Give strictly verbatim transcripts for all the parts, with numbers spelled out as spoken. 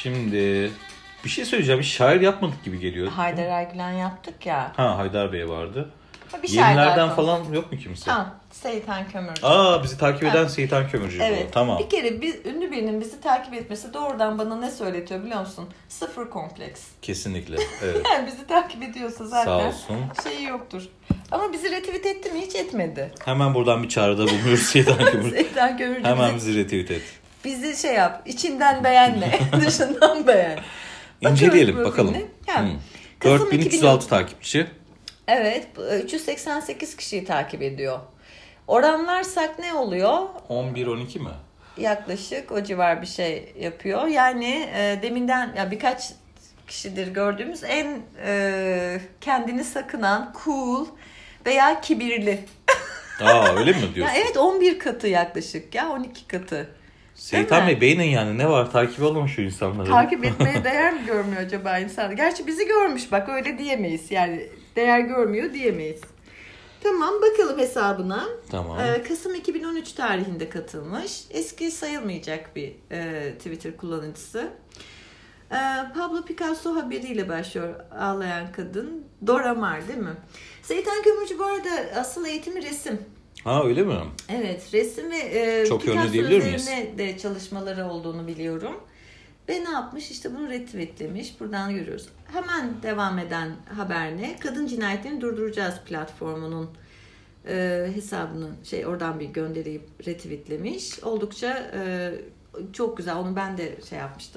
Şimdi bir şey söyleyeceğim. Bir şair yapmadık gibi geliyor. Haydar Ergülen yaptık ya. Ha, Haydar Bey vardı. Bir Yenilerden falan yok mu kimse? Ha, Seyitan Kömürcü. Aa, bizi takip eden ha. Seyitan Kömürcü. Evet. Bu. Tamam. Bir kere bir, ünlü birinin bizi takip etmesi doğrudan bana ne söyletiyor biliyor musun? Sıfır kompleks. Kesinlikle. Evet. Yani bizi takip ediyorsa zaten Sağ olsun. şeyi yoktur. Ama bizi retweet etti mi? Hiç etmedi. Hemen buradan bir çağrıda bulunuyoruz Seyitan Kömürcü. Seyitan Kömürcü Hemen bizi, bizi retweet et. bizi şey yap. İçinden beğenme. Dışından beğen. İnceleyelim bakalım. Yani, hmm. dört bin üç yüz altı takipçi. Evet. üç yüz seksen sekiz kişiyi takip ediyor. Oranlarsak ne oluyor? on bir on iki mi? Yaklaşık o civar bir şey yapıyor. Yani e, deminden ya birkaç kişidir gördüğümüz en e, kendini sakınan, cool veya kibirli. Aa, öyle mi diyorsun? Ya evet, on bir katı yaklaşık ya on iki katı. Seyitan Bey beğenin yani, ne var, takip olun şu insanları. Takip etmeye değer mi görmüyor acaba insan? Gerçi bizi görmüş, bak öyle diyemeyiz yani, değer görmüyor diyemeyiz. Tamam, bakalım hesabına. Tamam. Ee, Kasım iki bin on üç tarihinde katılmış. Eski sayılmayacak bir e, Twitter kullanıcısı. Ee, Pablo Picasso haberiyle başlıyor ağlayan kadın. Dora Maar değil mi? Seyitan Kömürcü bu arada asıl eğitimi resim. Ha, öyle mi? Evet, resim ve e, Çok Picasso üzerine miyiz? De çalışmaları olduğunu biliyorum. Ve ne yapmış? İşte bunu retweetlemiş. Buradan görüyoruz. Hemen devam eden haber ne? Kadın cinayetlerini durduracağız platformunun e, hesabını şey oradan bir gönderip retweetlemiş. Oldukça e, çok güzel. Onu ben de şey yapmıştım.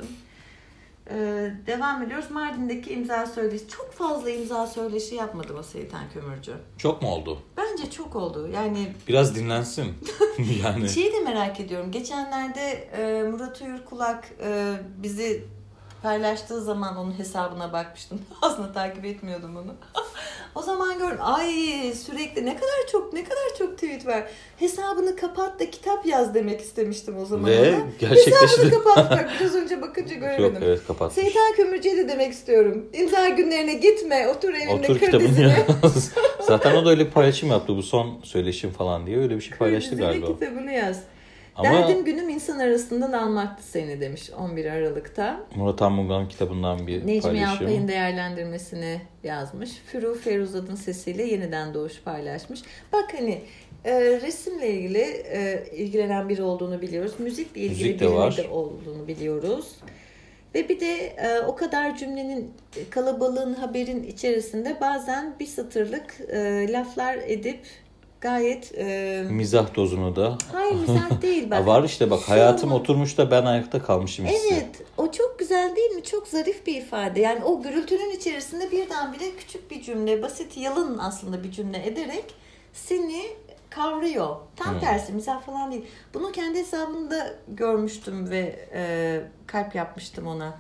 E, devam ediyoruz. Mardin'deki imza söyleşi. Çok fazla imza söyleşi yapmadı o Seyitan Kömürcü. Çok mu oldu? Bence çok oldu. Yani biraz dinlensin. Yani. Şeyi de merak ediyorum. Geçenlerde e, Murat Uyurkulak e, bizi paylaştığı zaman onun hesabına bakmıştım. Aslında takip etmiyordum onu. O zaman gördüm. Ay, sürekli ne kadar çok ne kadar çok tweet var. Hesabını kapat da kitap yaz demek istemiştim o zaman. Ve ona. gerçekleşti. Hesabını kapat. Bak biraz önce bakınca göremedim. Yok, evet, kapatmış. Seyitan Kömürcü'ye de demek istiyorum. İmza günlerine gitme. Otur evinde, Otur kır dizini. Zaten o da öyle bir paylaşım yaptı. Bu son söyleşim falan diye öyle bir şey paylaştı kır galiba. kitabını yaz. Ama Derdim günüm insan arasından almaktı seni demiş on bir Aralık'ta. Murat Anmungan kitabından bir Necmi paylaşım. Necmi Alpay'ın değerlendirmesini yazmış. Furu Feruzat'ın sesiyle yeniden doğuş paylaşmış. Bak hani e, resimle ilgili e, ilgilenen biri olduğunu biliyoruz. Müzikle ilgili Müzik de biri var. de olduğunu biliyoruz. Ve bir de e, o kadar cümlenin, kalabalığın, haberin içerisinde bazen bir satırlık e, laflar edip gayet e... mizah dozunu da. Hayır, mizah değil bak. Var işte bak, hayatım Şu... oturmuş da ben ayakta kalmışım hissi. Evet, o çok güzel değil mi? Çok zarif bir ifade. Yani o gürültünün içerisinde birdenbire küçük bir cümle, basit, yalın aslında bir cümle ederek seni kavruyor. Tam hmm. tersi, mizah falan değil. Bunu kendi hesabımda görmüştüm ve e, kalp yapmıştım ona.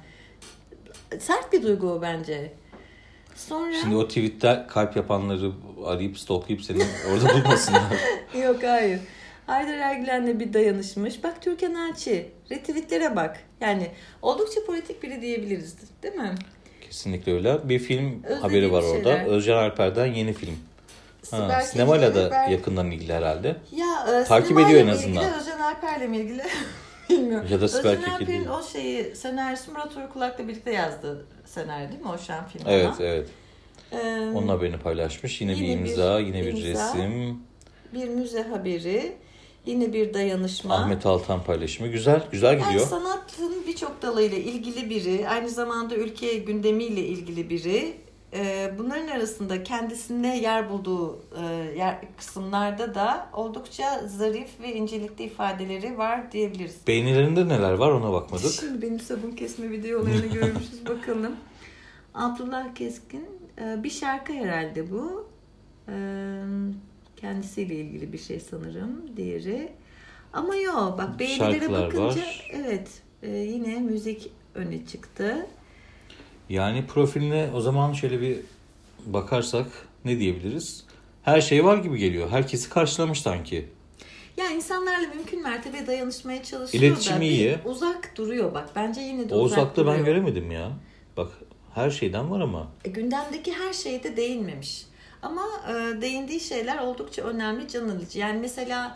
Sert bir duygu o bence. Sonra... Şimdi o tweette kalp yapanları arayıp stalklayıp seni orada bulmasınlar. Yok, hayır. Haydar Ergülen'le bir dayanışmış. Bak Türkan Elçi. Retweetlere bak. Yani oldukça politik biri diyebiliriz. Değil mi? Kesinlikle öyle. Bir film Özlediğim haberi var orada. şeyler. Özcan Alper'den yeni film. Ha, sinemayla da ben... yakından ilgili herhalde. Ya, e, takip ediyor en azından. Ilgili, Özcan Alper'le mi ilgili? Bilmiyorum. Ya da Özcan Alper'in değil. o şeyi, senaryosu Murat Uyurkulak'la birlikte yazdı senaryo değil mi? O şan filmi. Evet, evet. Ee, Onun haberini paylaşmış. Yine, yine bir imza, bir, yine bir imza, resim. Bir müze haberi. Yine bir dayanışma. Ahmet Altan paylaşımı. Güzel, güzel gidiyor. Yani sanatın birçok dalıyla ilgili biri. Aynı zamanda ülke gündemiyle ilgili biri. Ee, bunların arasında kendisine yer bulduğu e, yer, kısımlarda da oldukça zarif ve incelikli ifadeleri var diyebiliriz. Beğenilerinde neler var ona bakmadık. Şimdi benim sabun kesme video olayını görmüşüz bakalım. Abdullah Keskin e, bir şarkı herhalde bu. E, kendisiyle ilgili bir şey sanırım. Diğeri. Ama yok bak beğenilere şarkılar bakınca var. Evet e, yine müzik öne çıktı. Yani profiline o zaman şöyle bir bakarsak ne diyebiliriz? Her şey var gibi geliyor. Herkesi karşılamış sanki. Ya insanlarla mümkün mertebe dayanışmaya çalışıyor İletişimi da iyi. uzak duruyor bak. Bence yine de o uzak uzakta duruyor. Ben göremedim ya. Bak her şeyden var ama. E, gündemdeki her şeyde değinmemiş. Ama e, değindiği şeyler oldukça önemli, can alıcı. Yani mesela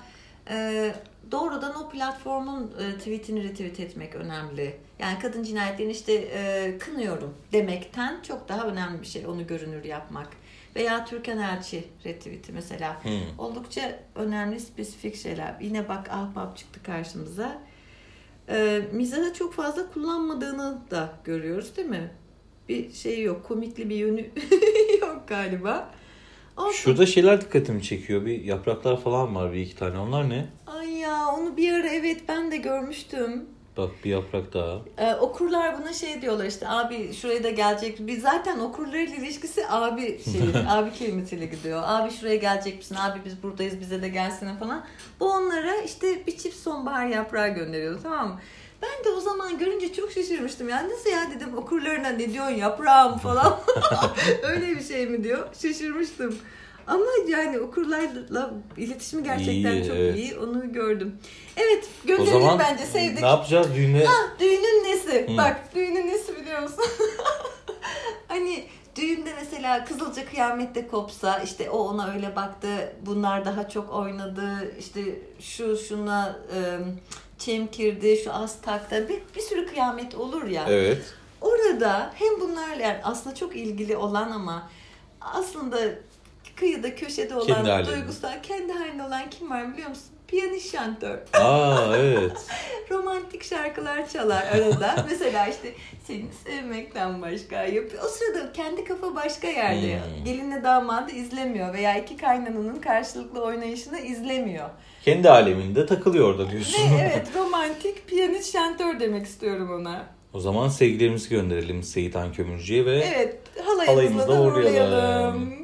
Ee, doğrudan o platformun e, tweetini retweet etmek önemli. Yani kadın cinayetlerini işte e, kınıyorum demekten çok daha önemli bir şey onu görünür yapmak. Veya Türkan Elçi retweet'i mesela. Hmm. Oldukça önemli spesifik şeyler. Yine bak ahbap çıktı karşımıza. Ee, mizahı çok fazla kullanmadığını da görüyoruz değil mi? Bir şey yok, komikli bir yönü yok galiba. Olsun. Şurada şeyler dikkatimi çekiyor. Bir yapraklar falan var bir iki tane. Onlar ne? Ay ya onu bir ara evet ben de görmüştüm. Bak bir yaprak daha. Ee, okurlar buna şey diyorlar işte abi şuraya da gelecek. Biz zaten okurlarla ilişkisi abi şey, abi kelimesiyle gidiyor. Abi şuraya gelecek misin? Abi biz buradayız bize de gelsene falan. Bu onlara işte bir çift sonbahar yaprağı gönderiyordu tamam mı? Ben de o zaman görünce çok şaşırmıştım. Yani nasıl ya dedim okurlarına ne diyorsun yaprağım falan. Öyle bir şey mi diyor? Şaşırmıştım. Ama yani okurlarla iletişimi gerçekten iyi, çok evet. iyi. Onu gördüm. Evet gönderelim bence sevdik. Ne yapacağız düğüne? Ha, düğünün nesi? Hı. Bak düğünün nesi biliyor musun? Hani düğünde mesela Kızılca kıyamette kopsa işte o ona öyle baktı. Bunlar daha çok oynadı. İşte şu şuna ıı, çemkirdi, şu az taktı. Bir, bir sürü kıyamet olur ya. Evet. Orada hem bunlarla yani aslında çok ilgili olan ama aslında kıyıda köşede olan kendi duygusal halinde. Kendi halinde olan kim var biliyor musun? Piyanist şantör. Aa evet. Romantik şarkılar çalar arada. Mesela işte seni sevmekten başka yapıyor. O sırada kendi kafa başka yerde. Hmm. Gelinle damadı izlemiyor veya iki kaynananın karşılıklı oynayışını izlemiyor. Kendi aleminde takılıyor orada diyorsun. Ve evet romantik piyanist şantör demek istiyorum ona. O zaman sevgilerimizi gönderelim Seyitan Kömürcü'ye ve evet, halayımızla da uğrayalım.